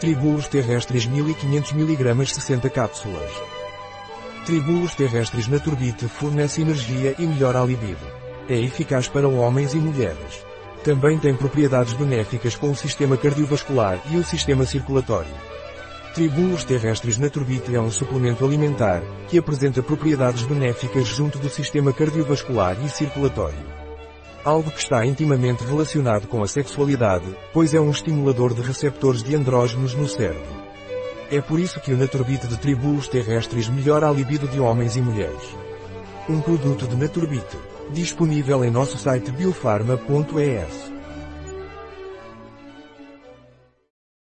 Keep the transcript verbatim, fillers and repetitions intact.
Tribulos terrestres mil e quinhentos miligramas sessenta cápsulas. Tribulos terrestres Naturbit fornece energia e melhora a libido. É eficaz para homens e mulheres. Também tem propriedades benéficas com o sistema cardiovascular e o sistema circulatório. Tribulos terrestres Naturbit é um suplemento alimentar, que apresenta propriedades benéficas junto do sistema cardiovascular e circulatório. Algo que está intimamente relacionado com a sexualidade, pois é um estimulador de receptores de andrógenos no cérebro. É por isso que o Naturbit de Tribulos terrestres melhora a libido de homens e mulheres. Um produto de Naturbit, disponível em nosso site biofarma ponto es.